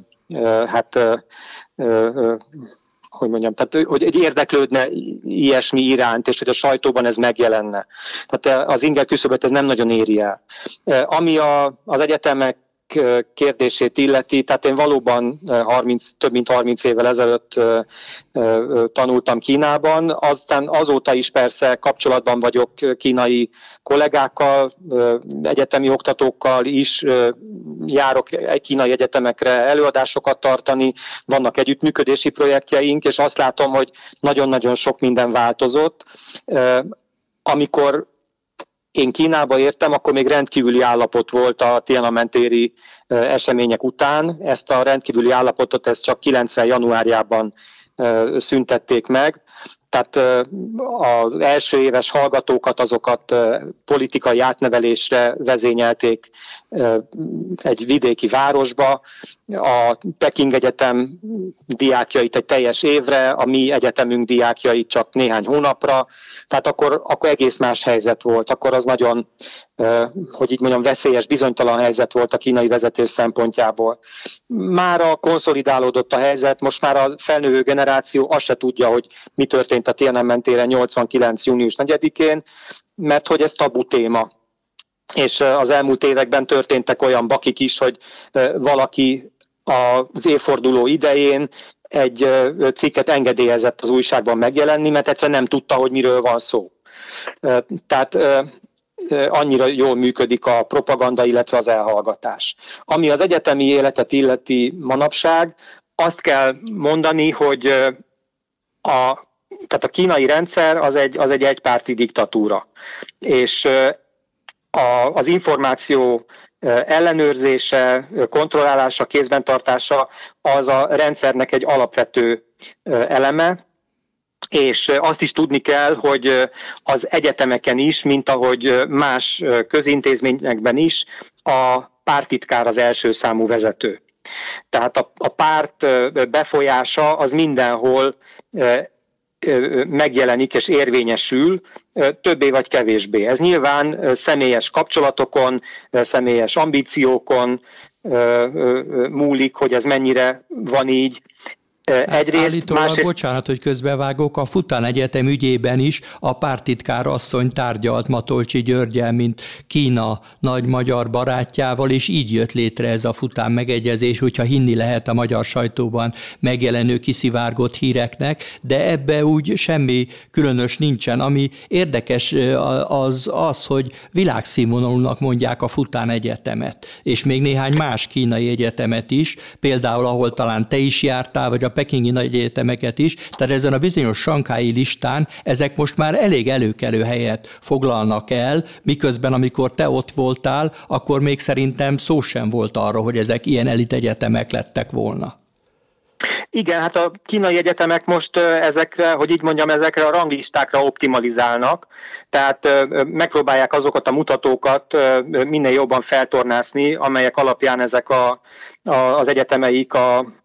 hogy mondjam, tehát hogy érdeklődne ilyesmi iránt, és hogy a sajtóban ez megjelenne. Tehát az inger küszöböt ez nem nagyon éri el. Ami az egyetemek kérdését illeti, tehát én valóban több mint 30 évvel ezelőtt tanultam Kínában, aztán azóta is persze kapcsolatban vagyok kínai kollégákkal, egyetemi oktatókkal is, járok kínai egyetemekre előadásokat tartani, vannak együttműködési projektjeink, és azt látom, hogy nagyon-nagyon sok minden változott. Amikor én Kínába értem, akkor még rendkívüli állapot volt a Tiananmen-téri események után. Ezt a rendkívüli állapotot csak 90. januárjában szüntették meg. Tehát az első éves hallgatókat, azokat politikai átnevelésre vezényelték egy vidéki városba, a Peking Egyetem diákjait egy teljes évre, a mi egyetemünk diákjait csak néhány hónapra, tehát akkor egész más helyzet volt, akkor az nagyon, hogy így mondjam, veszélyes, bizonytalan helyzet volt a kínai vezetés szempontjából. Mára konszolidálódott a helyzet, most már a felnövő generáció azt se tudja, hogy mi történt a Tiananmen-téren 89. június 4-én, mert hogy ez tabu téma. És az elmúlt években történtek olyan bakik is, hogy valaki az évforduló idején egy cikket engedélyezett az újságban megjelenni, mert egyszerűen nem tudta, hogy miről van szó. Tehát annyira jól működik a propaganda, illetve az elhallgatás. Ami az egyetemi életet illeti manapság, azt kell mondani, hogy tehát a kínai rendszer az egy egypárti diktatúra. És az információ ellenőrzése, kontrollálása, kézben tartása az a rendszernek egy alapvető eleme, és azt is tudni kell, hogy az egyetemeken is, mint ahogy más közintézményekben is, a pártitkár az első számú vezető. Tehát a párt befolyása az mindenhol megjelenik és érvényesül, többé vagy kevésbé. Ez nyilván személyes kapcsolatokon, személyes ambíciókon múlik, hogy ez mennyire van így. Állítólag, bocsánat, hogy közbevágok, a Fután Egyetem ügyében is a pártitkár asszony tárgyalt Matolcsy Györggyel, mint Kína nagy magyar barátjával, és így jött létre ez a Fután megegyezés, hogyha hinni lehet a magyar sajtóban megjelenő kiszivárgott híreknek, de ebbe úgy semmi különös nincsen. Ami érdekes az, hogy világszínvonalúnak mondják a Fután Egyetemet, és még néhány más kínai egyetemet is, például ahol talán te is jártál, vagy a pekingi nagy egyetemeket is, tehát ezen a bizonyos sankályi listán ezek most már elég előkelő helyet foglalnak el, miközben amikor te ott voltál, akkor még szerintem szó sem volt arról, hogy ezek ilyen elit egyetemek lettek volna. Igen, hát a kínai egyetemek most ezekre a ranglistákra optimalizálnak, tehát megpróbálják azokat a mutatókat minél jobban feltornászni, amelyek alapján ezek az egyetemeik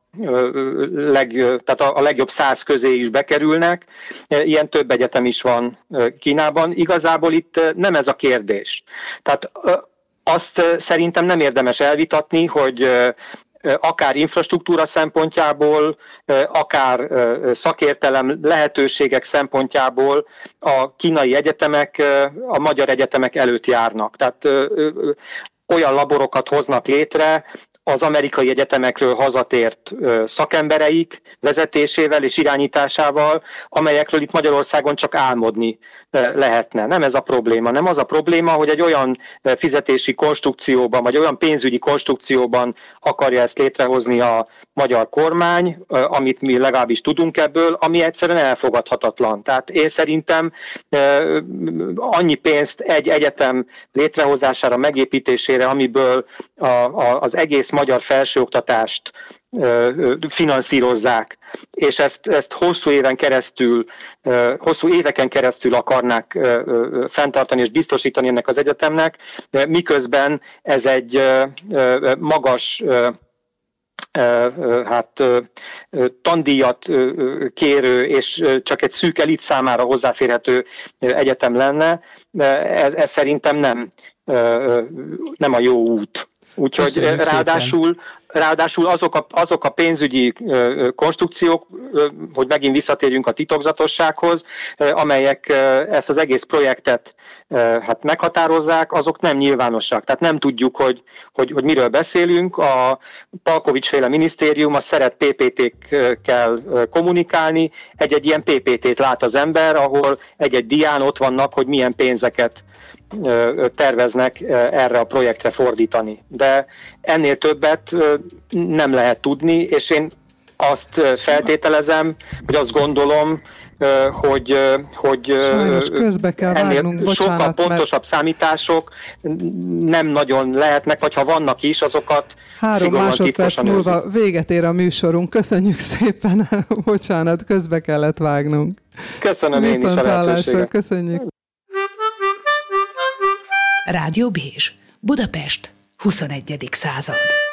tehát a legjobb 100 közé is bekerülnek. Ilyen több egyetem is van Kínában. Igazából itt nem ez a kérdés. Tehát azt szerintem nem érdemes elvitatni, hogy akár infrastruktúra szempontjából, akár szakértelem lehetőségek szempontjából a kínai egyetemek a magyar egyetemek előtt járnak. Tehát olyan laborokat hoznak létre, az amerikai egyetemekről hazatért szakembereik vezetésével és irányításával, amelyekről itt Magyarországon csak álmodni lehetne. Nem ez a probléma. Nem az a probléma, hogy egy olyan fizetési konstrukcióban, vagy olyan pénzügyi konstrukcióban akarja ezt létrehozni a magyar kormány, amit mi legalábbis tudunk ebből, ami egyszerűen elfogadhatatlan. Tehát én szerintem annyi pénzt egy egyetem létrehozására, megépítésére, amiből az egész magyar felsőoktatást finanszírozzák, és ezt hosszú éveken keresztül akarnák fenntartani és biztosítani ennek az egyetemnek, miközben ez egy magas tandíjat kérő és csak egy szűk elit számára hozzáférhető egyetem lenne. Ez szerintem nem a jó út. Úgyhogy ráadásul azok a pénzügyi konstrukciók, hogy megint visszatérjünk a titokzatossághoz, amelyek ezt az egész projektet meghatározzák, azok nem nyilvánosak. Tehát nem tudjuk, hogy miről beszélünk. A Palkovics-féle minisztérium az szeret PPT-kkel kommunikálni. Egy ilyen PPT-t lát az ember, ahol egy dián ott vannak, hogy milyen pénzeket terveznek erre a projektre fordítani. De ennél többet nem lehet tudni, és én azt feltételezem, vagy azt gondolom, hogy közbe kell vágnunk, sokkal pontosabb számítások nem nagyon lehetnek, vagy ha vannak is, azokat 3 másodperc múlva véget ér a műsorunk. Köszönjük szépen, bocsánat, közbe kellett vágnunk. Köszönöm én is a lehetőséget. Köszönjük. Rádió Bézs, Budapest, 21. század.